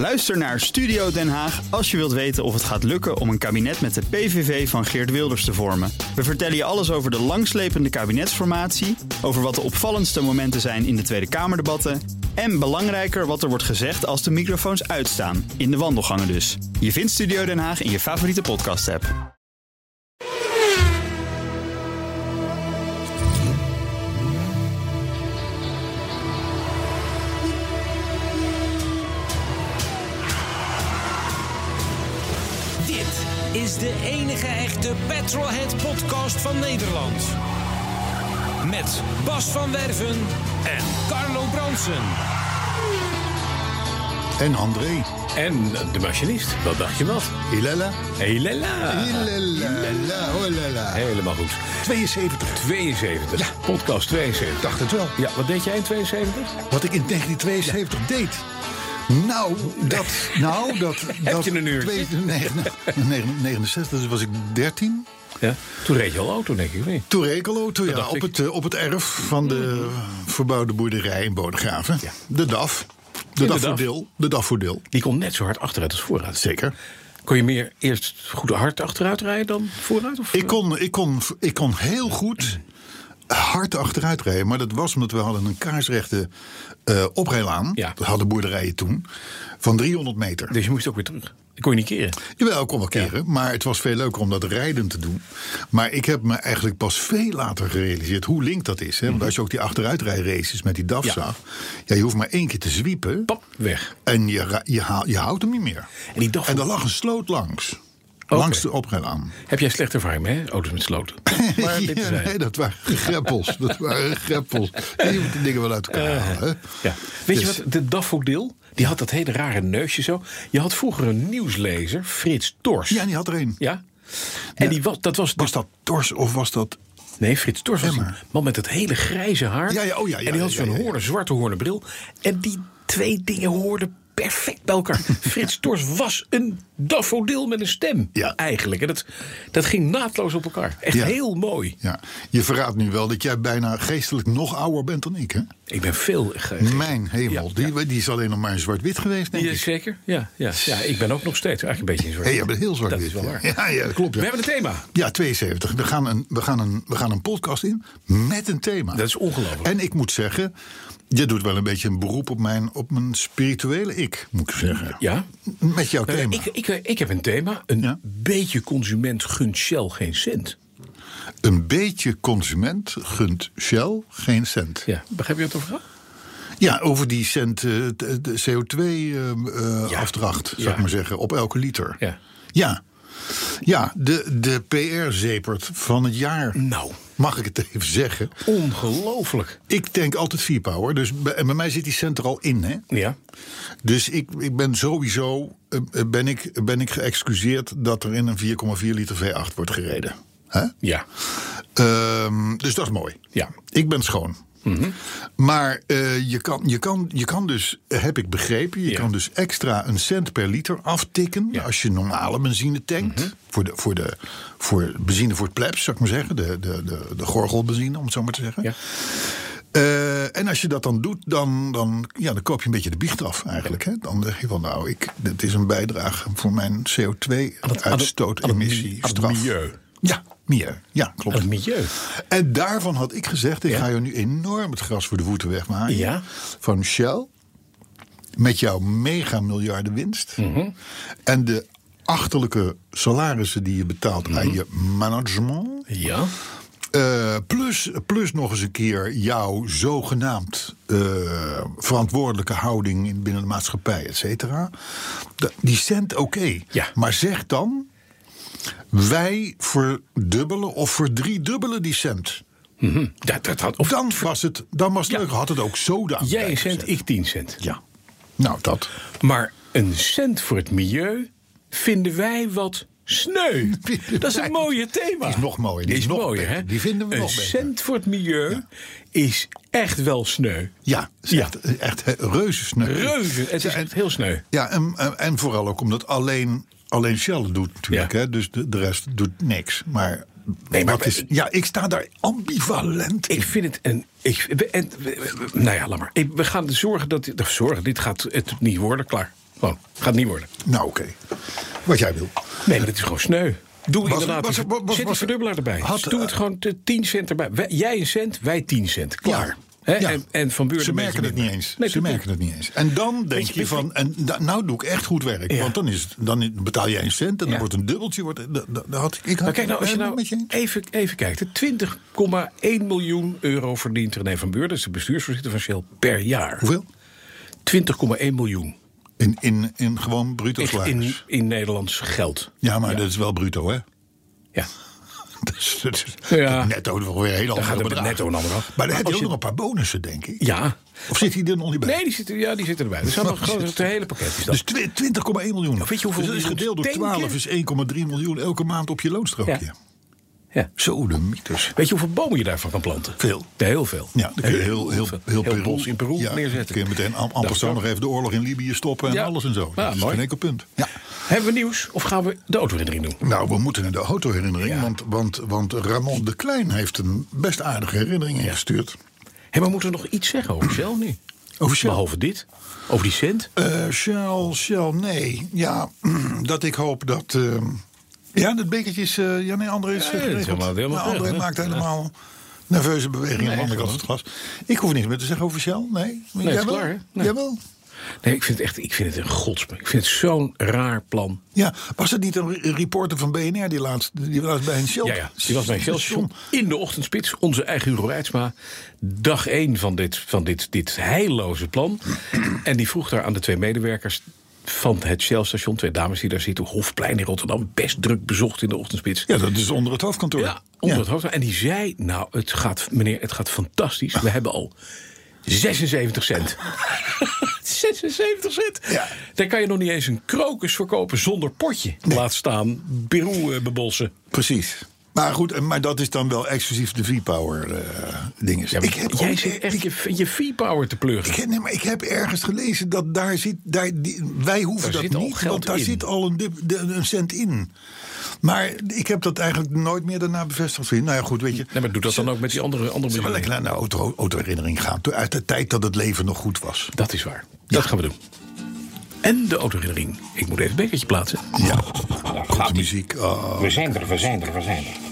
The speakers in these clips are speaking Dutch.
Luister naar Studio Den Haag als je wilt weten of het gaat lukken om een kabinet met de PVV van Geert Wilders te vormen. We vertellen je alles over de langslepende kabinetsformatie, over wat de opvallendste momenten zijn in de Tweede Kamerdebatten en belangrijker wat er wordt gezegd als de microfoons uitstaan, in de wandelgangen dus. Je vindt Studio Den Haag in je favoriete podcast-app. Is de enige echte Petrolhead-podcast van Nederland. Met Bas van Werven en Carlo Bronsen. En André. En de machinist. Wat dacht je wat? Hilala. Hilala. Hilala. Holala. Helemaal goed. 72. Ja. Podcast 72. Ik dacht het wel. Ja, wat deed jij in 72? Wat ik in 1972 deed. Dat Heb je een uurtje? 69, dus was ik 13. Ja. Toen reed je al auto, denk ik. Nee. Toen reed ik al auto, ja, op het erf van de verbouwde boerderij in Bodegraven. Ja. De DAF. De DAF voor Dil. Die kon net zo hard achteruit als vooruit. Zeker. Kon je meer eerst goed hard achteruit rijden dan vooruit? Of? Ik kon heel goed hard achteruit rijden. Maar dat was omdat we hadden een kaarsrechte oprijlaan. Ja. Dat hadden boerderijen toen. Van 300 meter. Dus je moest ook weer terug. Dat kon je niet keren. Jawel, ik kon wel keren. Ja. Maar het was veel leuker om dat rijden te doen. Maar ik heb me eigenlijk pas veel later gerealiseerd hoe link dat is. Hè? Want als je ook die achteruitrijraces met die DAF zag. Ja, je hoeft maar 1 keer te zwiepen. Pap, weg. En je houdt hem niet meer. En er lag een sloot langs. Langs de oprijlaan. Heb jij slechte ervaring mee, auto's met sloten? Nee, dat waren greppels. Je moet die dingen wel uit elkaar halen. Ja. Weet je wat, de DAF voor Dil, die had dat hele rare neusje zo. Je had vroeger een nieuwslezer, Frits Tors. Ja, die had er een. Ja. En was dat Tors of was dat... Nee, Frits Tors was een man met het hele grijze haar. Ja, en die had zo'n zwarte hoornen bril. En die 2 dingen hoorden perfect bij elkaar. Frits Tors was een daffodil met een stem, eigenlijk. En dat ging naadloos op elkaar. Echt heel mooi. Ja. Je verraadt nu wel dat jij bijna geestelijk nog ouder bent dan ik, hè? Ik ben veel Mijn hemel, die is alleen nog maar in zwart-wit geweest, denk ik. Zeker, ja, ik ben ook nog steeds eigenlijk een beetje in zwart-wit. Je bent heel zwart-wit. Dat is wel waar. Ja, dat klopt. Ja. We hebben een thema. Ja, 72. We gaan een podcast in met een thema. Dat is ongelooflijk. En ik moet zeggen, je doet wel een beetje een beroep op mijn spirituele ik, moet ik zeggen. Ja? Met jouw thema. Ik heb een thema. Een beetje consument gunt Shell geen cent. Een beetje consument gunt Shell geen cent. Ja, begrijp je wat het over gaat? Ja, over die cent de CO2-afdracht, zou ik maar zeggen, op elke liter. Ja, de PR-zepert van het jaar. Nou, mag ik het even zeggen? Ongelooflijk. Ik denk altijd V-Power, dus bij mij zit die cent er al in, hè? Ja. Dus ik ben sowieso ben ik geëxcuseerd dat er in een 4,4 liter V8 wordt gereden. Hè? Ja. Dus dat is mooi. Ja. Ik ben schoon. Mm-hmm. Maar je kan dus, heb ik begrepen, je kan dus extra een cent per liter aftikken als je normale benzine tankt. Mm-hmm. Voor benzine voor het plebs, zou ik maar zeggen. De gorgelbenzine, om het zo maar te zeggen. Ja. En als je dat dan doet, dan koop je een beetje de biecht af eigenlijk. Hè? Dan zeg je van dit is een bijdrage voor mijn CO2-uitstoot-emissie. Aan het milieu. Ja, milieu. Ja, klopt. Het milieu. En daarvan had ik gezegd, ik ga je nu enorm het gras voor de voeten wegmaken. Ja. Van Shell, met jouw mega-miljarden winst. Mm-hmm. En de achterlijke salarissen die je betaalt aan je management. Ja. Plus nog eens een keer jouw zogenaamd verantwoordelijke houding binnen de maatschappij, et cetera. Die cent oké. Ja. Maar zeg dan, wij verdubbelen of verdriedubbelen die cent. Mm-hmm. Dan was het leuk. Had het ook soda. Jij een cent, ik 10 cent. Ja. Nou, dat. Maar een cent voor het milieu vinden wij wat sneu. Dat is een mooie thema. Die is nog mooier. Die is mooier, hè? Die vinden we nog beter. Een cent voor het milieu is echt wel sneu. Ja, echt reuze sneu. Het is echt heel sneu. Ja, en vooral ook omdat alleen Shell het doet natuurlijk. Ja. Hè? Dus de rest doet niks. Maar ik sta daar ambivalent in. Ik vind het laat maar. We gaan zorgen dit gaat het niet worden, klaar. Gewoon. Gaat niet worden. Nou, oké. Wat jij wil. Nee, maar dat is gewoon sneu. Doe inderdaad. Zet die verdubbelaar erbij. Doe het gewoon 10 cent erbij. Jij een cent, wij 10 cent. Klaar. Ja. En Van Buren ze merken het niet eens. Ze merken het niet eens. En dan denk je van, nou doe ik echt goed werk. Ja. Want dan betaal je 1 cent en dan wordt een dubbeltje. Maar kijk nou, als je nou even kijkt. 20,1 miljoen euro verdient René van Buren. Dat is de bestuursvoorzitter van Shell per jaar. Hoeveel? 20,1 miljoen. In gewoon bruto salaris? In Nederlands geld. Ja, maar dat is wel bruto, hè? Ja. Dus netto nog weer een hele andere bedrag. Netto een andere. Maar dan heb je ook nog een paar bonussen, denk ik. Ja. Of zit hij er nog niet bij? Nee, die zitten erbij. Dus het hele pakket is dat. Dus 20,1 miljoen. Nou, weet je hoeveel dus dat is gedeeld door 12 is 1,3 miljoen elke maand op je loonstrookje. Ja. Zo de mythes. Weet je hoeveel bomen je daarvan kan planten? Veel. Heel veel. Ja, dan kun je heel Peru, bos in Peru neerzetten. Dan kun je meteen amper nog even de oorlog in Libië stoppen en alles en zo. Dat is geen enkel punt. Ja. Hebben we nieuws of gaan we de autoherinnering doen? Nou, we moeten naar de autoherinnering. Ja. Want Ramon de Klein heeft een best aardige herinnering ingestuurd. Maar moeten we nog iets zeggen over Shell nu? Over Shell? Behalve dit? Over die cent? Shell, nee. Ja, dat ik hoop dat... dat bekertje is... André is geregeld. André maakt helemaal nerveuze bewegingen aan de andere kant van het glas. Ik hoef niets meer te zeggen over Shell. Nee, dat is klaar, hè? Nee. Jawel. Nee, ik vind het een godsme. Ik vind het zo'n raar plan. Ja, was het niet een reporter van BNR die was bij een Shell? Ja, die was bij een Shell-station in de ochtendspits. Onze eigen Hugo Reitsma. Dag 1 van dit heilloze plan. En die vroeg daar aan de 2 medewerkers van het Shell-station, 2 dames die daar zitten, Hofplein in Rotterdam, best druk bezocht in de ochtendspits. Ja, dat is onder het hoofdkantoor. Ja, onder het hoofdkantoor. En die zei, nou, het gaat fantastisch. We hebben al 76 cent. 76 cent? Ja. Daar kan je nog niet eens een krokus verkopen zonder potje. Nee. Laat staan Peru bebolsen. Precies. Maar goed, maar dat is dan wel exclusief de V-Power dingen. Ja, jij zit echt je V-Power te pluggen. Maar ik heb ergens gelezen dat wij hoeven dat niet, want daar zit al een cent in. Maar ik heb dat eigenlijk nooit meer daarna bevestigd. Nou ja, goed, weet je. Nee, maar doe dat dan ook met die andere we lekker naar de autoherinnering gaan. Uit de tijd dat het leven nog goed was. Dat is waar. Dat gaan we doen. En de autoherinnering. Ik moet even een bekertje plaatsen. Ja, goed muziek. Oh. We zijn er.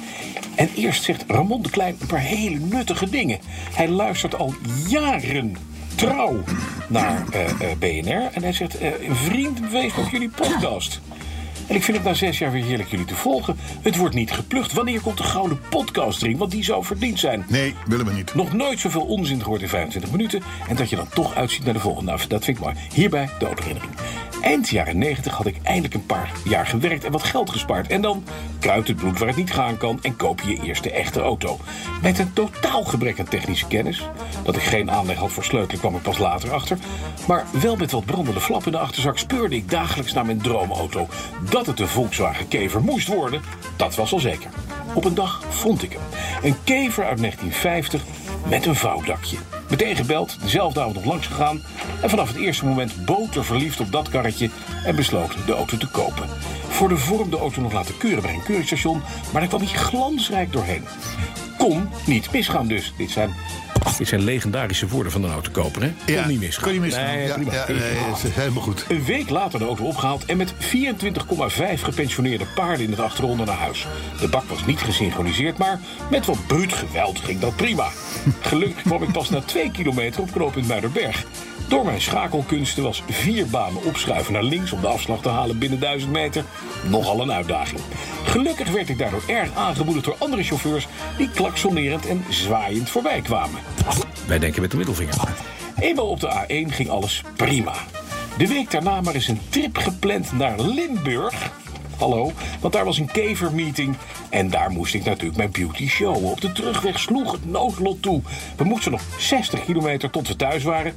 En eerst zegt Ramon de Klein een paar hele nuttige dingen. Hij luistert al jaren trouw naar BNR. En hij zegt, vriend, wees op jullie podcast. En ik vind het na 6 jaar weer heerlijk jullie te volgen. Het wordt niet geplukt. Wanneer komt de gouden podcastring? Want die zou verdiend zijn. Nee, willen we niet. Nog nooit zoveel onzin gehoord in 25 minuten. En dat je dan toch uitziet naar de volgende. Nou, dat vind ik mooi. Hierbij de autoherinnering. Eind jaren 90 had ik eindelijk een paar jaar gewerkt en wat geld gespaard. En dan kruipt het bloed waar het niet gaan kan en koop je je eerste echte auto. Met een totaal gebrek aan technische kennis. Dat ik geen aanleg had voor sleutelen kwam ik pas later achter. Maar wel met wat brandende flap in de achterzak speurde ik dagelijks naar mijn droomauto. Dat het de Volkswagen Kever moest worden, dat was al zeker. Op een dag vond ik hem. Een Kever uit 1950 met een vouwdakje. Meteen gebeld, dezelfde avond nog langs gegaan. En vanaf het eerste moment boterverliefd op dat karretje en besloten de auto te kopen. Voor de vorm de auto nog laten keuren bij een keuringsstation, maar daar kwam hij glansrijk doorheen. Kon niet misgaan dus. Dit zijn legendarische woorden van een autokoper, hè? Kon niet misgaan. Kon niet misgaan. Nee, dat is helemaal goed. Een week later de auto opgehaald en met 24,5 gepensioneerde paarden in het achteronder naar huis. De bak was niet gesynchroniseerd, maar met wat bruut geweld ging dat prima. Gelukkig kwam ik pas na 2 kilometer op knooppunt Muiderberg. Door mijn schakelkunsten was 4 banen opschuiven naar links om de afslag te halen binnen 1000 meter nogal een uitdaging. Gelukkig werd ik daardoor erg aangemoedigd door andere chauffeurs die klaksonerend en zwaaiend voorbij kwamen. Wij denken met de middelvinger. Eenmaal op de A1 ging alles prima. De week daarna maar eens een trip gepland naar Limburg. Hallo, want daar was een Kever-meeting en daar moest ik natuurlijk mijn beauty showen. Op de terugweg sloeg het noodlot toe. We moesten nog 60 kilometer tot we thuis waren.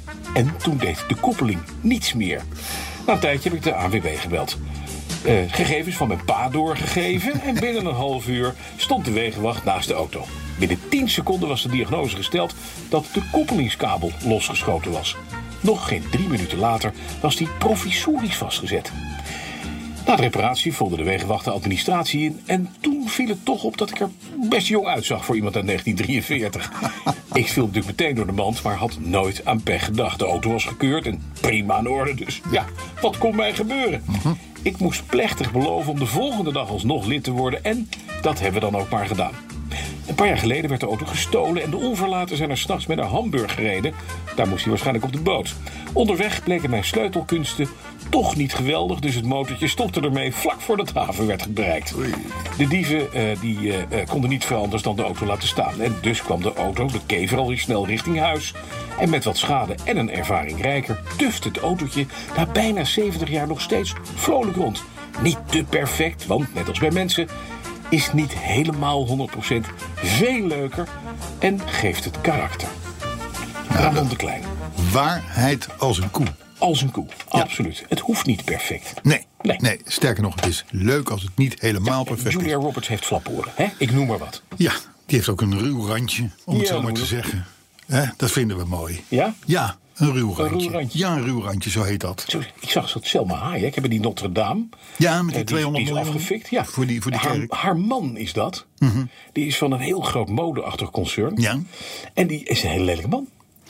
En toen deed de koppeling niets meer. Na een tijdje heb ik de ANWB gebeld. Gegevens van mijn pa doorgegeven en binnen een half uur stond de wegenwacht naast de auto. Binnen 10 seconden was de diagnose gesteld dat de koppelingskabel losgeschoten was. Nog geen 3 minuten later was die provisorisch vastgezet. Na de reparatie vulde de wegenwacht de administratie in. En toen viel het toch op dat ik er best jong uitzag voor iemand uit 1943. Ik viel natuurlijk meteen door de mand, maar had nooit aan pech gedacht. De auto was gekeurd en prima in orde. Dus ja, wat kon mij gebeuren? Ik moest plechtig beloven om de volgende dag alsnog lid te worden. En dat hebben we dan ook maar gedaan. Een paar jaar geleden werd de auto gestolen en de onverlaten zijn er 's nachts met naar Hamburg gereden. Daar moest hij waarschijnlijk op de boot. Onderweg bleken mijn sleutelkunsten toch niet geweldig, dus het motortje stopte ermee vlak voordat de haven werd bereikt. De dieven konden niet veel anders dan de auto laten staan. En dus kwam de auto, de kever, alweer snel richting huis. En met wat schade en een ervaring rijker tuft het autootje na bijna 70 jaar nog steeds vrolijk rond. Niet te perfect, want net als bij mensen is niet helemaal 100% veel leuker en geeft het karakter. Ramon de Klein. Waarheid als een koe. Als een koe, absoluut. Het hoeft niet perfect. Nee, sterker nog, het is leuk als het niet helemaal perfect is. Julia Roberts heeft flaporen, hè? Ik noem maar wat. Ja, die heeft ook een ruw randje, om het zo maar te zeggen. Dat vinden we mooi. Ja? Ja, een ruw randje. Een ruw randje. Ja, een ruw randje, zo heet dat. Zo, ik zag dat Selma Hayek, hebben die Notre Dame. Ja, met die 200 die is miljoen afgefikt. Ja. Voor die kerk. Haar man is dat. Die is van een heel groot modeachtig concern. Ja. En die is een hele lelijke man.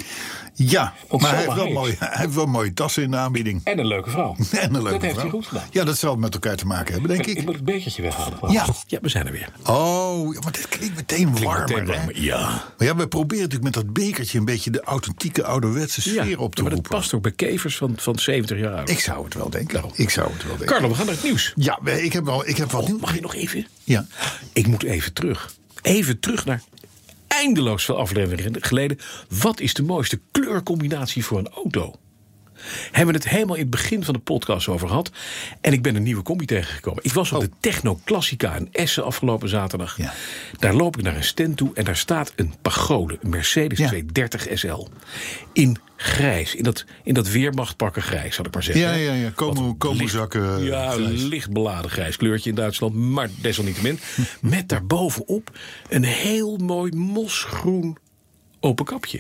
Ja, Want maar hij heeft wel mooie tassen in de aanbieding. En een leuke vrouw. Dat heeft hij goed gedaan. Ja, dat zal met elkaar te maken hebben, denk ik. Ik moet het bekertje weghalen. Ja, we zijn er weer. Oh, maar dit klinkt meteen warmer. Ja. Maar ja, we proberen natuurlijk met dat bekertje een beetje de authentieke ouderwetse sfeer op te roepen. Maar dat past ook bij kevers van 70 jaar oud. Ik zou het wel denken. Carlo, we gaan naar het nieuws. Ja, ik heb wat nieuws. Mag je nog even? Ja. Ik moet even terug. Even terug naar eindeloos veel afleveringen geleden. Wat is de mooiste kleurcombinatie voor een auto? Hebben we het helemaal in het begin van de podcast over gehad. En ik ben een nieuwe combi tegengekomen. Ik was op de Techno Classica in Essen afgelopen zaterdag. Ja. Daar loop ik naar een stand toe en daar staat een pagode. Een Mercedes 230 SL. In grijs. In dat weermachtpakken grijs, zal ik maar zeggen. Ja. Komozakken. Ja, een licht beladen grijs kleurtje in Duitsland. Maar desalniettemin. Met daarbovenop een heel mooi mosgroen open kapje.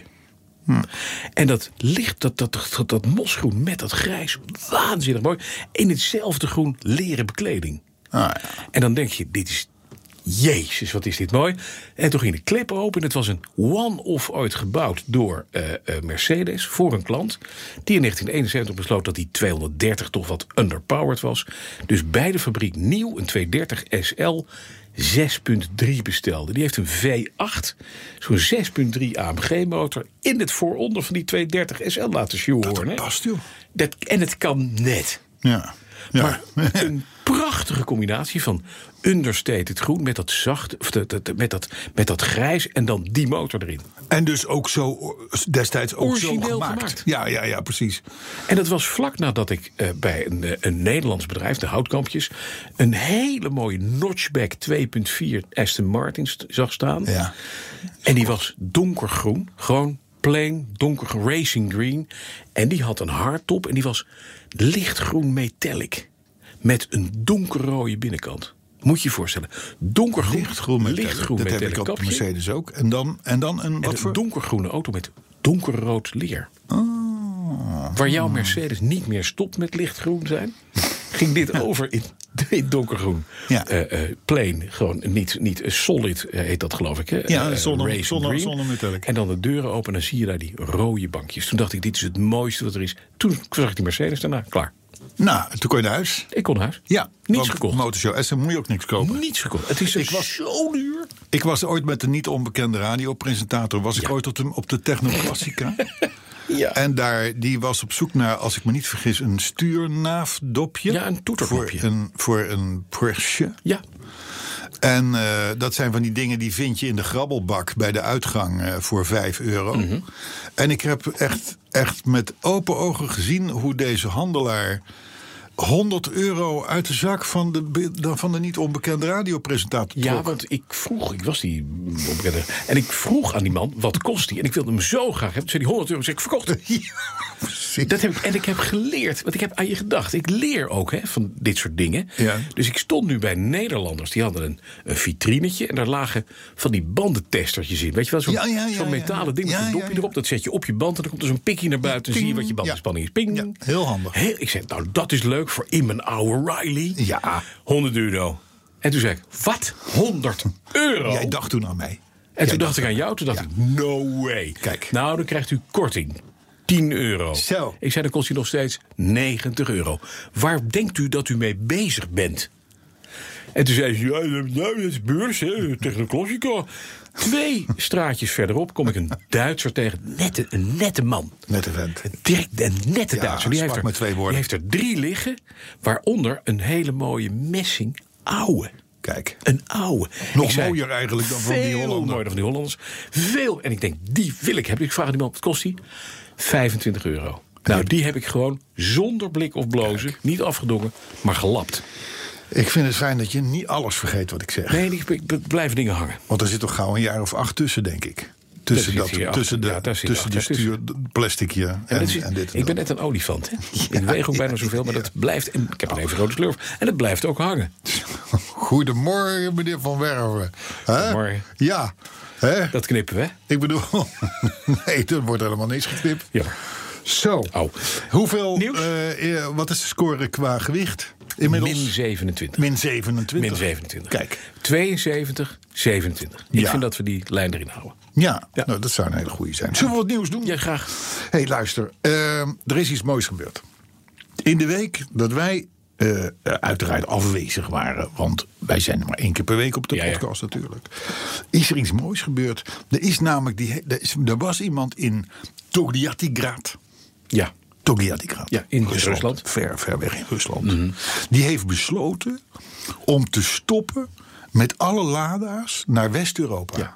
En dat licht, dat mosgroen met dat grijs, waanzinnig mooi. In hetzelfde groen leren bekleding. En dan denk je, dit is, jezus, wat is dit mooi. En toen ging de klep open. Het was een one-off ooit gebouwd door Mercedes voor een klant. Die in 1971 besloot dat die 230 toch wat underpowered was. Dus bij de fabriek nieuw een 230 SL 6.3 bestelde. Die heeft een V8, zo'n 6.3 AMG-motor in het vooronder van die 230 SL laten showen. Dat past, joh. En het kan net. Ja. Maar een prachtige combinatie van understated groen met dat zacht, met dat grijs en dan die motor erin. En dus ook zo destijds ook origineel zo gemaakt. Ja, precies. En dat was vlak nadat ik bij een Nederlands bedrijf, de Houtkampjes, een hele mooie notchback 2.4 Aston Martin zag staan. Ja. En die was donkergroen, gewoon plain, donker racing green. En die had een hardtop en die was lichtgroen metallic. Met een donkerrode binnenkant. Moet je je voorstellen. Donkergroen, lichtgroen metallic dat heb ik op kapje. Mercedes ook. En dan een donkergroene auto met donkerrood leer. Waar jouw Mercedes niet meer stopt met lichtgroen zijn, ging dit over in donkergroen. Ja. Plain, gewoon niet solid heet dat, geloof ik. Hè? Ja, zonnemetallic. En dan de deuren open en dan zie je daar die rode bankjes. Toen dacht ik, dit is het mooiste wat er is. Toen zag ik die Mercedes daarna, klaar. Nou, toen kon je naar huis. Ik kon naar huis. Ja, niets gekocht. Motorshow Essen moet je ook niks kopen. Niets gekocht. Het is zo duur. Ik was ooit met een niet onbekende radiopresentator. Ik ooit op de Techno Classica. Ja. En die was op zoek naar, als ik me niet vergis, een stuurnaafdopje. Ja, een toeterdopje. Voor een Porsche. Ja. En dat zijn van die dingen die vind je in de grabbelbak bij de uitgang voor €5. Mm-hmm. En ik heb echt met open ogen gezien hoe deze handelaar €100 uit de zak van de niet onbekende radiopresentator trok. Ja, want ik was die onbekende. En ik vroeg aan die man, wat kost die? En ik wilde hem zo graag hebben. Toen zei hij €100, zei ik, verkocht. Ja, ik heb geleerd, want ik heb aan je gedacht. Ik leer ook van dit soort dingen. Ja. Dus ik stond nu bij Nederlanders. Die hadden een vitrinetje en daar lagen van die bandentestertjes in. Weet je wel, zo'n metalen ding met een dopje erop. Dat zet je op je band en dan komt er zo'n pikje naar buiten. En zie je wat je bandenspanning is. Ping. Ja, heel handig. Ik zei, nou, dat is leuk. leuk voor in mijn oude Riley. Ja. €100. En toen zei ik, wat? €100? Jij dacht toen aan mij. En toen dacht ik aan jou, toen dacht ik, no way. Kijk. Nou, dan krijgt u korting. €10. Zo. Ik zei, dan kost hij nog steeds €90. Waar denkt u dat u mee bezig bent? En toen zei ze, ja, dat is beurs, hè, tegen een klosje. 2 straatjes verderop kom ik een Duitser tegen. Een nette man. Nette vent. Een nette Duitser. Die heeft, met 2 woorden. die heeft er 3 liggen, waaronder een hele mooie messing oude. Kijk. Een oude. Nog mooier eigenlijk dan van die Veel Hollanders. mooier dan van die Hollanders. Veel. En ik denk, die wil ik hebben. Ik vraag aan die man, wat kost die? €25. Nou, die heb ik gewoon zonder blik of blozen, niet afgedongen, maar gelapt. Ik vind het fijn dat je niet alles vergeet wat ik zeg. Nee, ik blijf dingen hangen. Want er zit toch gauw een jaar of 8 tussen, denk ik. Tussen die stuur, plasticje en dit. Ik ben net een olifant. Hè? Ik weeg ook bijna zoveel, maar dat blijft. En ik heb een even grote slurf. En dat blijft ook hangen. Goedemorgen, meneer Van Werven. Goedemorgen. Ja. Hè? Dat knippen we. Ik bedoel, nee, er wordt helemaal niks geknipt. Ja. Zo. Oh. Hoeveel, wat is de score qua gewicht? Inmiddels? Min 27. Min 27. Min 27. Kijk. 72, 27. Ik vind dat we die lijn erin houden. Ja. Nou, dat zou een hele goede zijn. Zullen we wat nieuws doen? Ja, graag. Hey, luister. Er is iets moois gebeurd. In de week dat wij uiteraard afwezig waren, want wij zijn er maar 1 keer per week op de podcast natuurlijk, is er iets moois gebeurd. Er is namelijk er was iemand in Togliattigrad. Ja. Togliattigrad. Ja, in Rusland. Ver weg in Rusland. Mm-hmm. Die heeft besloten om te stoppen met alle Lada's naar West-Europa. Ja.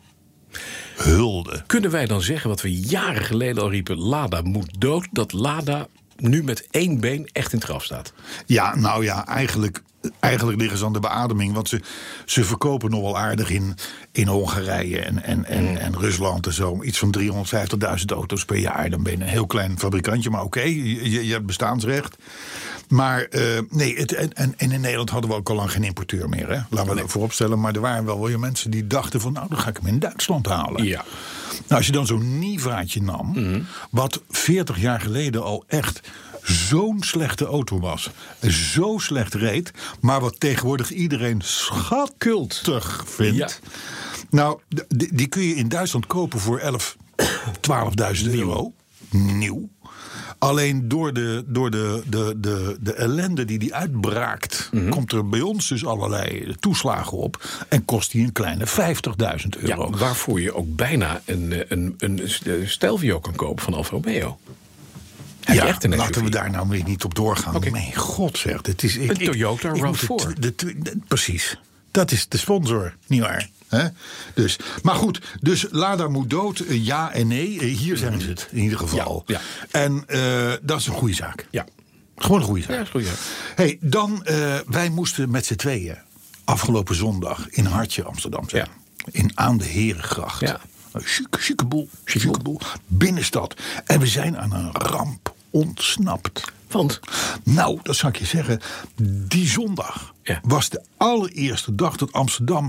Hulde. Kunnen wij dan zeggen wat we jaren geleden al riepen, Lada moet dood, dat Lada nu met 1 been echt in het graf staat? Ja, nou ja, eigenlijk liggen ze aan de beademing. Want ze verkopen nog wel aardig in Hongarije en Rusland en zo. Iets van 350.000 auto's per jaar. Dan ben je een heel klein fabrikantje. Maar oké, je hebt bestaansrecht. Maar nee, en in Nederland hadden we ook al lang geen importeur meer. Hè? Laten we dat voorop stellen. Maar er waren wel weer mensen die dachten van, nou, dan ga ik hem in Duitsland halen. Ja. Nou, als je dan zo'n Nivaatje nam, wat 40 jaar geleden al echt zo'n slechte auto was, zo slecht reed, maar wat tegenwoordig iedereen schattig vindt. Ja. Nou, die kun je in Duitsland kopen voor 12.000 euro. Nieuw. Alleen door de ellende die uitbraakt, komt er bij ons dus allerlei toeslagen op en kost die een kleine €50.000. Ja, waarvoor je ook bijna een Stelvio kan kopen van Alfa Romeo. Ja, laten we daar nou weer niet op doorgaan. Okay. Mijn god zeg, het is een Toyota RAV4. Precies, dat is de sponsor, nietwaar? Dus, maar goed, dus Lada moet dood, ja en nee. Hier zijn ze het in ieder geval. Ja. En dat is een goede zaak. Ja. Gewoon een goede zaak. Ja, is een goede zaak. Hey, dan, wij moesten met z'n tweeën afgelopen zondag in Hartje Amsterdam zijn. Ja. Aan de Herengracht. Ja. Chique boel. Binnenstad. En we zijn aan een ramp ontsnapt. Want? Nou, dat zou ik je zeggen. Die zondag was de allereerste dag dat Amsterdam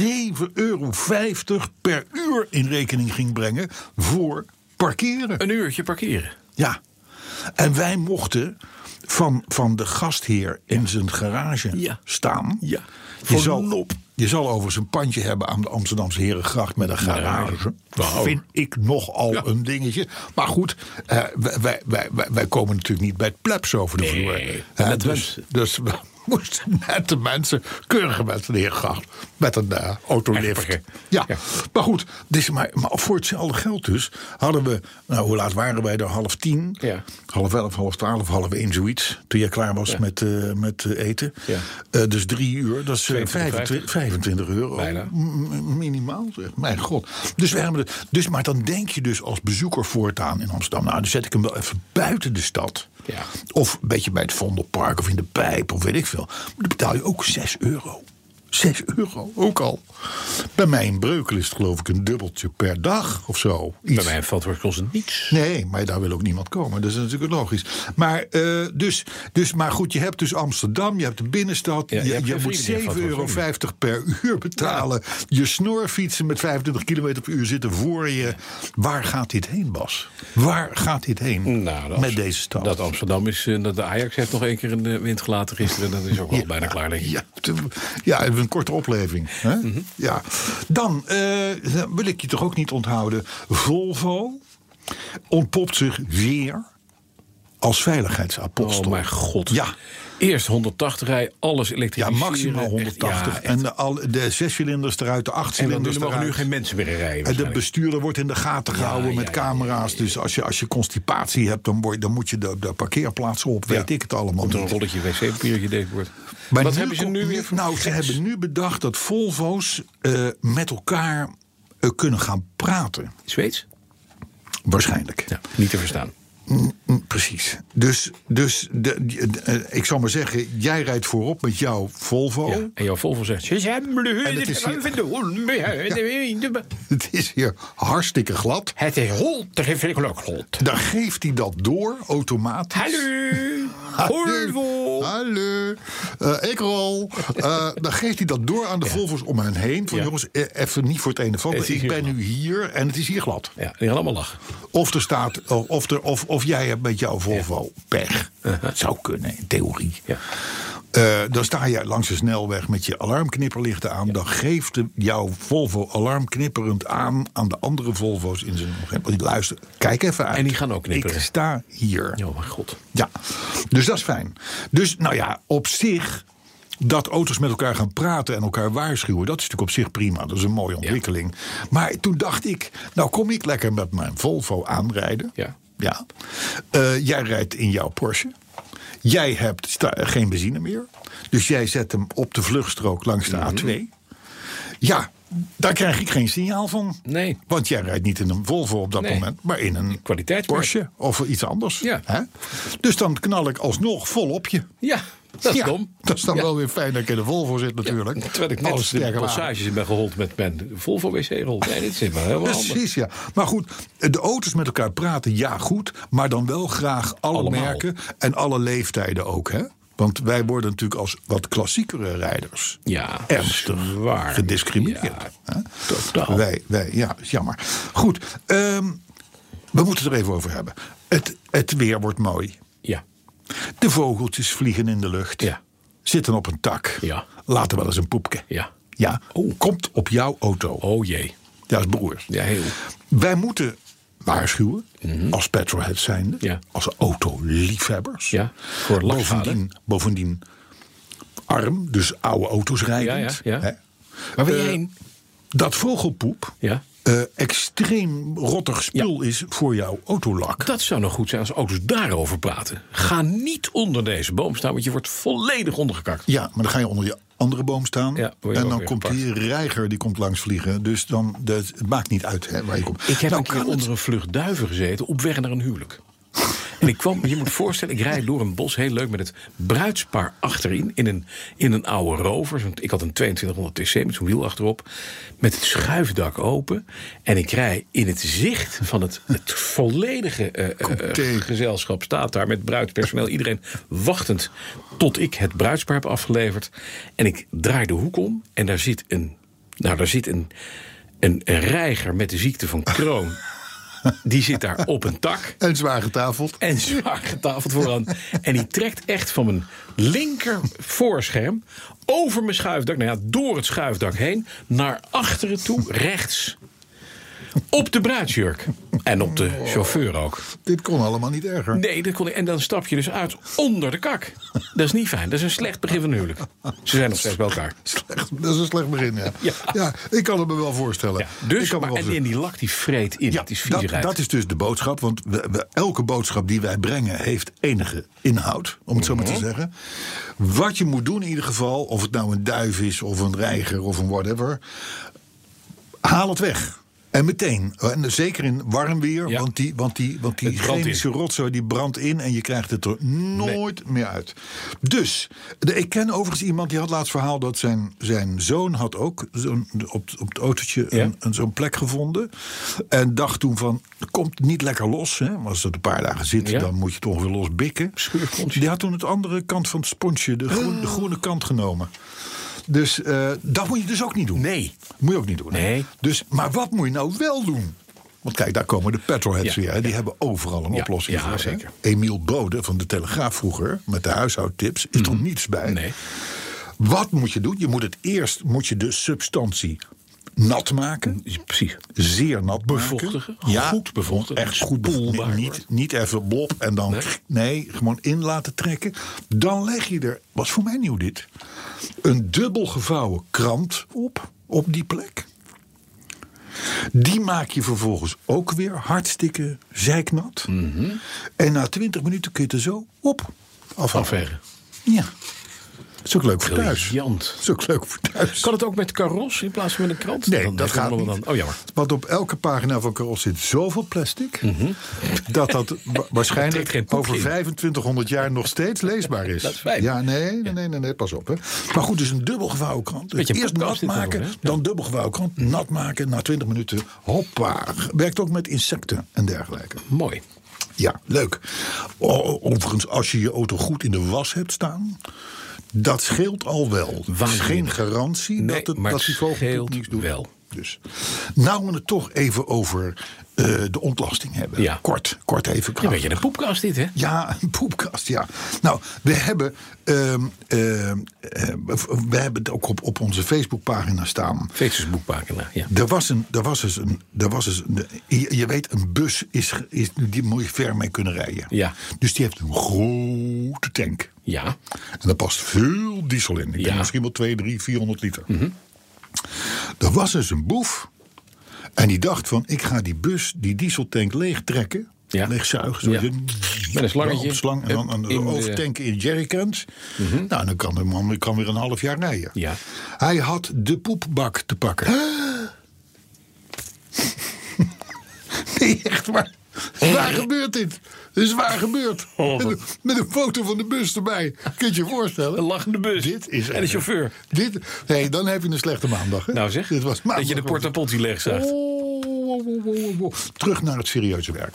€7,50 per uur in rekening ging brengen voor parkeren. Een uurtje parkeren. Ja. En wij mochten van de gastheer in zijn garage staan. Ja. Je zal overigens een pandje hebben aan de Amsterdamse Herengracht met een garage. Vind ik nogal een dingetje. Maar goed, wij komen natuurlijk niet bij het plebs over de vloer. Dus we moesten nette mensen, keurige mensen de Herengracht met een autolift. Ja, maar goed, dus maar voor hetzelfde geld dus hadden we, nou hoe laat waren wij er? 9:30? Ja. 11:30, 12:30, 12:30 zoiets. Toen jij klaar was met eten. Ja. Dus 3 uur, dat is €25. Bijna. Minimaal zeg. Mijn god. Dus we hebben dus, maar dan denk je dus als bezoeker voortaan in Amsterdam, nou dan zet ik hem wel even buiten de stad. Ja. Of een beetje bij het Vondelpark of in de Pijp of weet ik veel. Maar dan betaal je ook €6. €6 ook al. Bij mij in Breukelen is het geloof ik een dubbeltje per dag of zo. Iets. Bij mij in Veldhoek kost het niets. Nee, maar daar wil ook niemand komen. Dat is natuurlijk logisch. Maar, maar goed, je hebt dus Amsterdam, je hebt de binnenstad. Ja, je moet €7,50 per uur betalen. Ja. Je snorfietsen met 25 km per uur zitten voor je. Ja. Waar gaat dit heen, Bas? Waar gaat dit heen met deze stad? Dat Amsterdam is, dat de Ajax heeft nog 1 keer in de wind gelaten gisteren. Dat is ook wel bijna klaar, denk ik. Ja, een korte opleving. Hè? Mm-hmm. Ja. Dan wil ik je toch ook niet onthouden. Volvo ontpopt zich weer als veiligheidsapostel. Oh mijn god. Ja. Eerst 180 rijden, alles elektrificeren. Ja, maximaal 180. En de 6-cilinders eruit, de 8-cilinders eruit. En er mogen nu geen mensen meer rijden. En de bestuurder wordt in de gaten gehouden met camera's. Dus als je constipatie hebt, dan moet je de parkeerplaats op. Weet ik het allemaal niet. Een rolletje wc-papiertje deed wordt. Maar wat hebben ze nu weer voor ze hebben nu bedacht dat Volvo's met elkaar kunnen gaan praten. Zweeds? Waarschijnlijk. Ja, niet te verstaan. Precies. Dus ik zal maar zeggen, jij rijdt voorop met jouw Volvo. Ja, en jouw Volvo zegt... Het is hier hartstikke glad. Het is glad. Dan geeft hij dat door, automatisch. Hallo, Volvo. Hallo, ik rol. Dan geeft hij dat door aan de Volvo's om hen heen. Van jongens, even niet voor het ene van. Ik ben nu hier en het is hier glad. Ja, die gaan allemaal lachen. Of er staat, of jij hebt met jouw Volvo pech. Het zou kunnen, in theorie. Ja. Dan sta je langs de snelweg met je alarmknipperlichten aan. Ja. Dan geeft jouw Volvo alarmknipperend aan de andere Volvo's in zijn omgeving. Luister, kijk even uit. En die gaan ook knipperen. Ik sta hier. Oh mijn god. Ja, dus dat is fijn. Dus nou ja, op zich... Dat auto's met elkaar gaan praten en elkaar waarschuwen... dat is natuurlijk op zich prima, dat is een mooie ontwikkeling. Ja. Maar toen dacht ik, nou kom ik lekker met mijn Volvo aanrijden. Ja. Jij rijdt in jouw Porsche. Jij hebt geen benzine meer. Dus jij zet hem op de vluchtstrook langs de A2. Ja, daar krijg ik geen signaal van. Nee. Want jij rijdt niet in een Volvo op dat moment... maar in een Porsche of iets anders. Ja. Hè? Dus dan knal ik alsnog vol op je. Ja. Dat is dom. Dat is dan wel weer fijn dat ik in de Volvo zit natuurlijk. Ja, terwijl ik net de passages in ben gehold met mijn Volvo wc-rol. Nee, dit zit maar helemaal anders. Precies, ja. Maar goed, de auto's met elkaar praten, ja goed. Maar dan wel graag alle merken en alle leeftijden ook, hè? Want wij worden natuurlijk als wat klassiekere rijders ernstig gediscrimineerd. Ja, totaal. Wij, jammer. Goed, we moeten het er even over hebben. Het weer wordt mooi. Ja. De vogeltjes vliegen in de lucht. Ja. Zitten op een tak. Ja. Laten wel eens een poepje. Ja. Komt op jouw auto. Oh jee. Ja, dat is broers. Ja, heel. Wij moeten waarschuwen, als petrolheads zijnde, als autoliefhebbers. Ja, voor bovendien arm, dus oude auto's rijdend. Ja. Waar ben je heen? Dat vogelpoep... Ja. Extreem rottig spul is voor jouw autolak. Dat zou nog goed zijn als auto's daarover praten. Ga niet onder deze boom staan, want je wordt volledig ondergekakt. Ja, maar dan ga je onder je andere boom staan. Ja, en dan komt die reiger die komt langs vliegen. Dus dan, het maakt niet uit waar je komt. Ik heb een keer onder een vlucht duiven gezeten op weg naar een huwelijk. En ik kwam, je moet voorstellen, ik rijd door een bos, heel leuk, met het bruidspaar achterin in een oude Rover. Ik had een 2200 TC met zo'n wiel achterop, met het schuifdak open. En ik rij in het zicht van het volledige gezelschap, staat daar met bruidspersoneel, iedereen wachtend tot ik het bruidspaar heb afgeleverd. En ik draai de hoek om en daar zit een reiger met de ziekte van Crohn. Die zit daar op een tak. En zwaar getafeld. Vooraan. En die trekt echt van mijn linker voorscherm over mijn schuifdak, door het schuifdak heen, naar achteren toe, rechts. Op de bruidsjurk. En op de chauffeur ook. Dit kon allemaal niet erger. Nee, dat kon ik. En dan stap je dus uit onder de kak. Dat is niet fijn. Dat is een slecht begin van een huwelijk. Ze zijn nog steeds bij elkaar. Dat is een slecht begin, ja. Ik kan het me wel voorstellen. Ja, dus, en die lak die vreet in. Ja, dat is dus de boodschap. Want elke boodschap die wij brengen heeft enige inhoud. Om het zo maar te zeggen. Wat je moet doen in ieder geval. Of het nou een duif is of een reiger of een whatever. Haal het weg. En meteen, en zeker in warm weer, want die chemische rotzooi die brandt in en je krijgt het er nooit meer uit. Dus, ik ken overigens iemand die had laatst verhaal dat zijn zoon had ook op het autootje zo'n plek gevonden. En dacht toen van, het komt niet lekker los. Hè? Maar als het een paar dagen zit, dan moet je het ongeveer los bikken. Die had toen het andere kant van het sponsje, de groene kant genomen. Dus dat moet je dus ook niet doen. Nee. Moet je ook niet doen. Nee. Dus, maar wat moet je nou wel doen? Want kijk, daar komen de petrolheads weer. Hè? Die hebben overal een oplossing voor. Zeker. Emiel Bode van de Telegraaf vroeger, met de huishoudtips, is er niets bij. Nee. Wat moet je doen? Je moet de substantie nat maken. Precies. Zeer nat bevochtigen. Ja, goed bevochtigen. Echt goed bevochtigen. Niet even blop en dan... Nee, gewoon in laten trekken. Dan leg je er, was voor mij nieuw dit, een dubbel gevouwen krant op die plek. Die maak je vervolgens ook weer hartstikke zeiknat. Mm-hmm. En na 20 minuten kun je het er zo afvegen. Ja. Dat is ook leuk voor thuis. Dat is ook leuk voor thuis. Kan het ook met Caros in plaats van met een krant? Nee, dat gaat niet. Oh, jammer. Want op elke pagina van Caros zit zoveel plastic... dat waarschijnlijk over 2500 jaar nog steeds leesbaar is. Dat is fijn. Ja, nee, pas op. Hè. Maar goed, dus een dubbelgevouwen krant. Dus eerst nat maken, dan dubbelgevouwen krant. Nat maken, na 20 minuten, hoppa. Werkt ook met insecten en dergelijke. Mooi. Ja, leuk. Overigens, als je je auto goed in de was hebt staan... Dat scheelt al wel. Het is geen garantie dat die vogelpoep niks doet. Wel. Dus. Nou, we het toch even over de ontlasting hebben. Ja. Kort even. Een beetje een poepkast dit, hè? Ja, een poepkast, ja. Nou, we hebben het ook op onze Facebookpagina staan. Facebookpagina, ja. Er was eens je weet, een bus die moet je ver mee kunnen rijden. Ja. Dus die heeft een grote tank. Ja. En daar past veel diesel in. Ik denk misschien wel 200, 300, 400 liter. Mm-hmm. Er was dus een boef. En die dacht van, ik ga die dieseltank leeg trekken. Ja. Leegzuigen. Met een slangetje. En dan overtanken in jerrycans. Mm-hmm. Nou, dan kan de man weer een half jaar rijden. Ja. Hij had de poepbak te pakken. Nee, echt waar. Waar gebeurt dit? Dit is waar gebeurd. Met een foto van de bus erbij. Kun je je voorstellen? Een lachende bus. Dit is en de chauffeur. Dan heb je een slechte maandag. Hè? Nou zeg, dit was maandag, dat je de portaponti leeg zag. Terug naar het serieuze werk.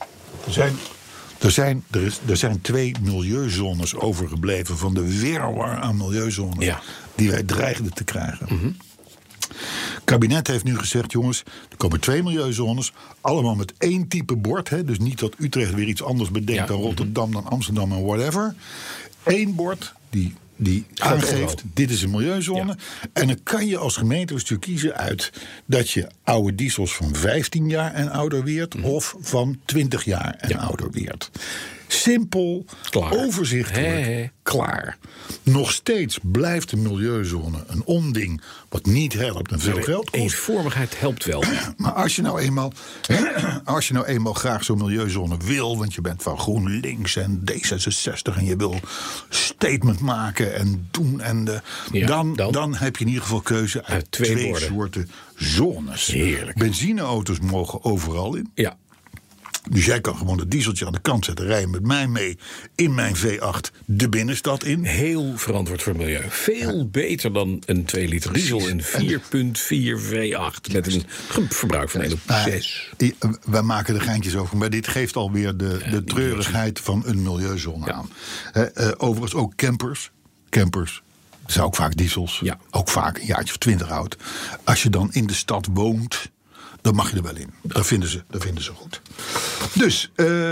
Er zijn 2 milieuzones overgebleven van de wirwar aan milieuzones die wij dreigden te krijgen. Mm-hmm. Het kabinet heeft nu gezegd, jongens, er komen 2 milieuzones, allemaal met 1 type bord. Hè, dus niet dat Utrecht weer iets anders bedenkt dan Rotterdam, dan Amsterdam en whatever. 1 bord die aangeeft, dit is een milieuzone. Ja. En dan kan je als gemeentebestuur kiezen uit dat je oude diesels van 15 jaar en ouder weert of van 20 jaar en ouder weert. Simpel, overzichtelijk, klaar. Nog steeds blijft de milieuzone een onding wat niet helpt en veel geld kost. Eenvormigheid helpt wel. Maar als je nou eenmaal graag zo'n milieuzone wil, want je bent van GroenLinks en D66 en je wil statement maken en doen dan heb je in ieder geval keuze uit 2 soorten zones. Heerlijk. Benzineauto's mogen overal in. Ja. Dus jij kan gewoon het dieseltje aan de kant zetten, rijden met mij mee in mijn V8 de binnenstad in. Heel verantwoord voor het milieu. Veel beter dan een 2 liter diesel, een 4,4 V8 met een verbruik van 1/6. Wij maken er geintjes over, maar dit geeft alweer de treurigheid van een milieuzone aan. Overigens ook campers. Dat zijn ook vaak diesels. Ja. Ook vaak een jaartje of 20 oud. Als je dan in de stad woont, dan mag je er wel in. Dat vinden ze goed. Dus,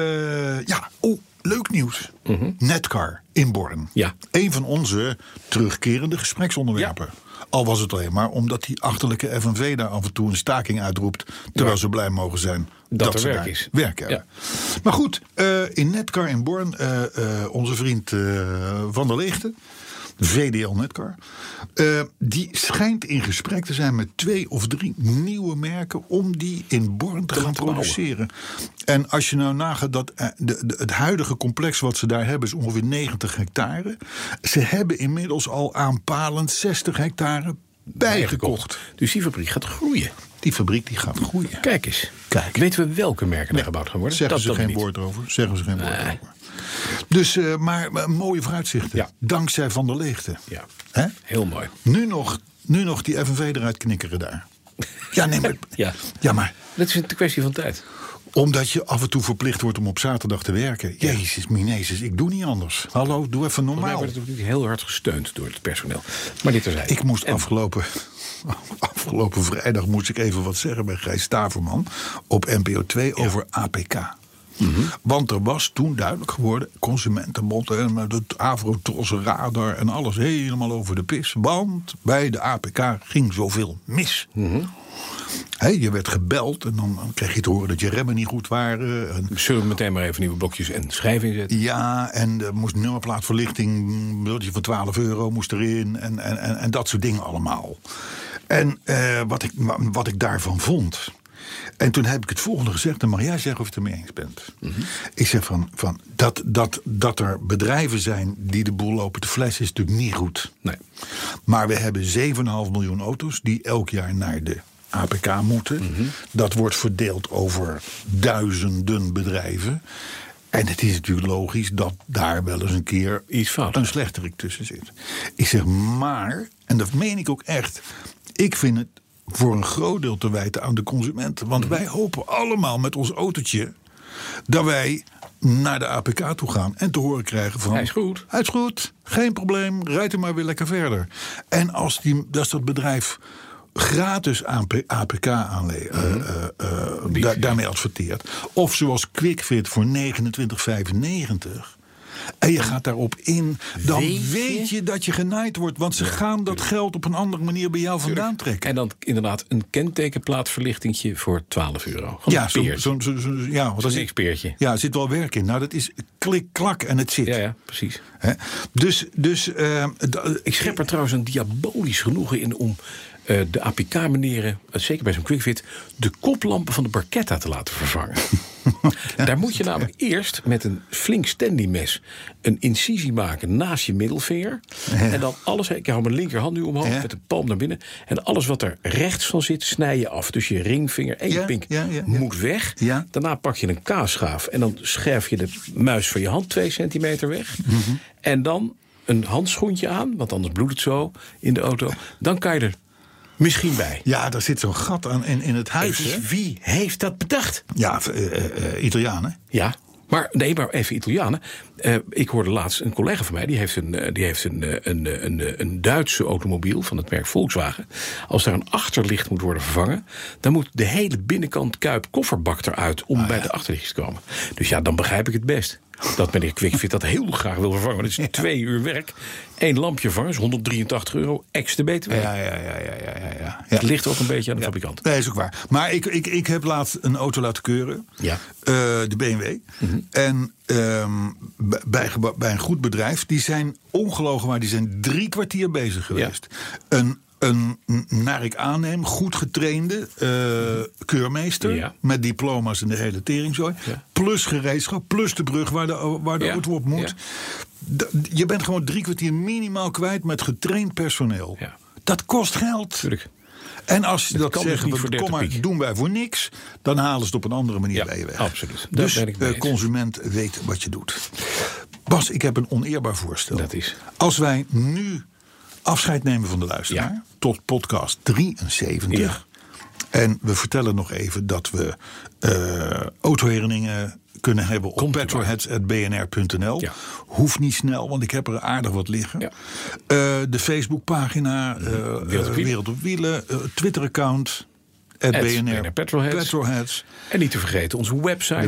leuk nieuws. Mm-hmm. Netcar in Born. Ja. Een van onze terugkerende gespreksonderwerpen. Ja. Al was het alleen maar omdat die achterlijke FNV daar af en toe een staking uitroept, terwijl ze blij mogen zijn dat er ze werk is. Werk hebben. Ja. Maar goed, in Netcar in Born, onze vriend Van der Leegte, VDL Netcar, die schijnt in gesprek te zijn met 2 of 3 nieuwe merken om die in Born te gaan produceren. En als je nou nagaat dat het huidige complex wat ze daar hebben is ongeveer 90 hectare. Ze hebben inmiddels al aanpalend 60 hectare bijgekocht. Dus die fabriek gaat groeien. Die fabriek die gaat groeien. Kijk eens. Weten we welke merken er gebouwd gaan worden? Zeggen ze geen woord over. Dus, maar mooie vooruitzichten. Ja. Dankzij Van der Leegte. Ja, Hè? Heel mooi. Nu nog die FNV eruit knikkeren daar. Ja, nee, maar... ja, maar... Dat is een kwestie van tijd. Omdat je af en toe verplicht wordt om op zaterdag te werken. Ja. Jezus, minezus, ik doe niet anders. Hallo, doe even normaal. Wij worden natuurlijk heel hard gesteund door het personeel. Maar dit terzijde. Ik moest afgelopen vrijdag moest ik even wat zeggen bij Gijs Staverman op NPO 2 over APK. Mm-hmm. Want er was toen duidelijk geworden, Consumentenbond, het Avrotros radar en alles helemaal over de pis. Want bij de APK ging zoveel mis. Mm-hmm. Je werd gebeld en dan kreeg je te horen dat je remmen niet goed waren. Zullen we meteen maar even nieuwe blokjes en schijven inzetten? Ja, en er moest nummerplaatverlichting, van €12 moest erin en dat soort dingen allemaal. En wat ik daarvan vond. En toen heb ik het volgende gezegd, dan mag jij zeggen of je het ermee eens bent. Mm-hmm. Ik zeg van dat er bedrijven zijn die de boel lopen te flessen is natuurlijk niet goed. Nee. Maar we hebben 7,5 miljoen auto's die elk jaar naar de APK moeten. Mm-hmm. Dat wordt verdeeld over duizenden bedrijven. En het is natuurlijk logisch dat daar wel eens een keer een slechterik tussen zit. Ik zeg maar, en dat meen ik ook echt, ik vind het voor een groot deel te wijten aan de consumenten. Want wij hopen allemaal met ons autootje dat wij naar de APK toe gaan en te horen krijgen van... Hij is goed. Hij is goed, geen probleem, rijd er maar weer lekker verder. En als dat bedrijf gratis APK daarmee adverteert, of zoals QuickFit voor €29,95... en je gaat daarop in, dan weet je dat je genaaid wordt. Want ze gaan dat geld op een andere manier bij jou vandaan trekken. En dan inderdaad een kentekenplaatverlichtingje voor €12. Ja, dat is een X-peertje. Ja, er zit wel werk in. Nou, dat is klik-klak en het zit. Ja, precies. He? Dus ik schep er trouwens een diabolisch genoegen in om de APK-meneren, zeker bij zo'n QuickFit, de koplampen van de Barchetta te laten vervangen. Daar moet je namelijk eerst met een flink Stanley-mes een incisie maken naast je middelvinger. Ja. En dan alles, ik hou mijn linkerhand nu omhoog met de palm naar binnen. En alles wat er rechts van zit, snij je af. Dus je ringvinger en je pink moet weg. Ja. Daarna pak je een kaasschaaf en dan scherf je de muis van je hand 2 centimeter weg. Mm-hmm. En dan een handschoentje aan, want anders bloedt het zo in de auto. Dan kan je er misschien bij. Ja, daar zit zo'n gat aan in het huis. Wie heeft dat bedacht? Ja, Italianen. Ja, maar even Italianen. Ik hoorde laatst een collega van mij, die heeft een Duitse automobiel van het merk Volkswagen. Als daar een achterlicht moet worden vervangen, dan moet de hele binnenkant kuip kofferbak eruit om bij de achterlichtjes te komen. Dus ja, dan begrijp ik het best. Dat meneer QuickFit dat heel graag wil vervangen. Dat is 2 uur werk. 1 lampje vervangen is €183. Extra BTW. Ja. Het ligt ook een beetje aan de fabrikant. Nee, is ook waar. Maar ik heb laatst een auto laten keuren. Ja. De BMW. Mm-hmm. En bij een goed bedrijf. Die zijn ongelogen, maar die zijn 3 kwartier bezig geweest. Ja. Een, naar ik aanneem, goed getrainde keurmeester. Ja. Met diploma's en de hele teringzooi. Ja. Plus gereedschap, plus de brug waar de auto op moet. Ja. Je bent gewoon 3 kwartier minimaal kwijt met getraind personeel. Ja. Dat kost geld. Tuurlijk. En als je dat zeggen, kom maar, doen wij voor niks, dan halen ze het op een andere manier bij je weg. Absoluut. Dus de consument weet wat je doet. Bas, ik heb een oneerbaar voorstel. Dat is. Als wij nu afscheid nemen van de luisteraar tot podcast 73. Ja. En we vertellen nog even dat we autoherinneringen kunnen hebben op petrolheads@bnr.nl. Ja. Hoeft niet snel, want ik heb er aardig wat liggen. Ja. De Facebookpagina, Wereld op Wielen, Twitter-account, @BNR Petrolheads. En niet te vergeten onze website.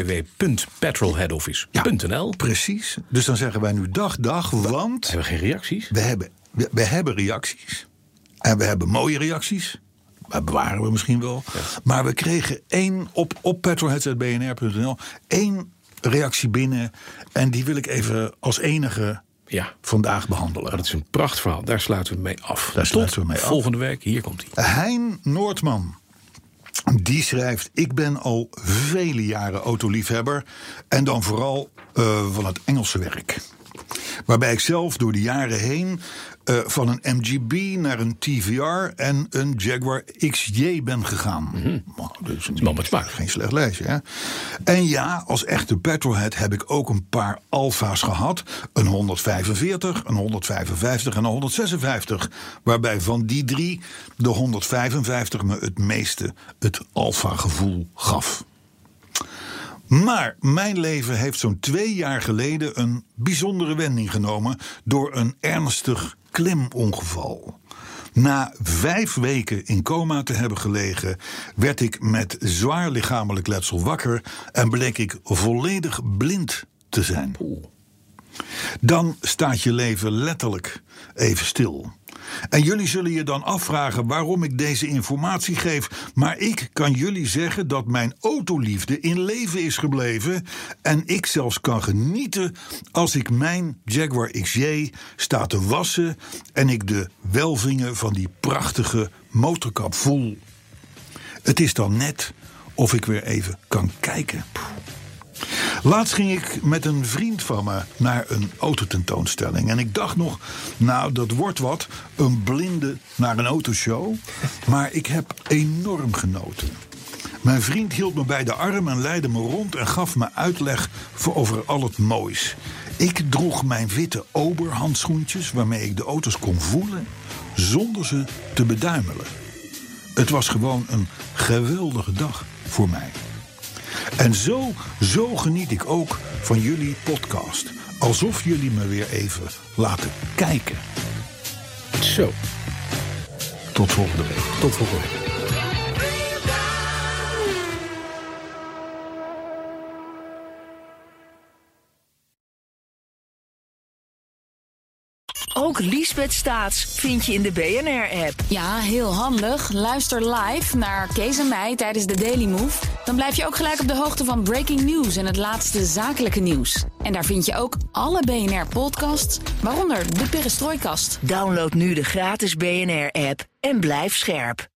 www.petrolheadoffice.nl. Ja, precies. Dus dan zeggen wij nu dag, want we hebben geen reacties. We hebben reacties. En we hebben mooie reacties. Dat bewaren we misschien wel. Ja. Maar we kregen op petrolheads@bnr.nl 1 reactie binnen. En die wil ik even als enige vandaag behandelen. Dat is een prachtverhaal. Daar sluiten we mee af. Volgende week. Hier komt hij. Hein Noordman. Die schrijft: ik ben al vele jaren autoliefhebber. En dan vooral van het Engelse werk. Waarbij ik zelf door de jaren heen van een MGB naar een TVR en een Jaguar XJ ben gegaan. Dus geen slecht lijstje. Hè? En ja, als echte petrolhead heb ik ook een paar Alfa's gehad. Een 145, een 155 en een 156. Waarbij van die 3 de 155 me het meeste het Alfa-gevoel gaf. Maar mijn leven heeft zo'n 2 jaar geleden een bijzondere wending genomen door een ernstig klimongeval. Na 5 weken in coma te hebben gelegen, werd ik met zwaar lichamelijk letsel wakker en bleek ik volledig blind te zijn. Dan staat je leven letterlijk even stil. En jullie zullen je dan afvragen waarom ik deze informatie geef. Maar ik kan jullie zeggen dat mijn autoliefde in leven is gebleven. En ik zelfs kan genieten als ik mijn Jaguar XJ sta te wassen en ik de welvingen van die prachtige motorkap voel. Het is dan net of ik weer even kan kijken. Laatst ging ik met een vriend van me naar een autotentoonstelling. En ik dacht nog, nou dat wordt wat, een blinde naar een autoshow. Maar ik heb enorm genoten. Mijn vriend hield me bij de arm en leidde me rond en gaf me uitleg over al het moois. Ik droeg mijn witte Ober-handschoentjes waarmee ik de auto's kon voelen zonder ze te beduimelen. Het was gewoon een geweldige dag voor mij. En zo geniet ik ook van jullie podcast. Alsof jullie me weer even laten kijken. Zo. Tot volgende week. Tot volgende week. Ook Liesbeth Staats vind je in de BNR-app. Ja, heel handig. Luister live naar Kees en mij tijdens de Daily Move. Dan blijf je ook gelijk op de hoogte van breaking news en het laatste zakelijke nieuws. En daar vind je ook alle BNR-podcasts, waaronder de Perestrooikast. Download nu de gratis BNR-app en blijf scherp.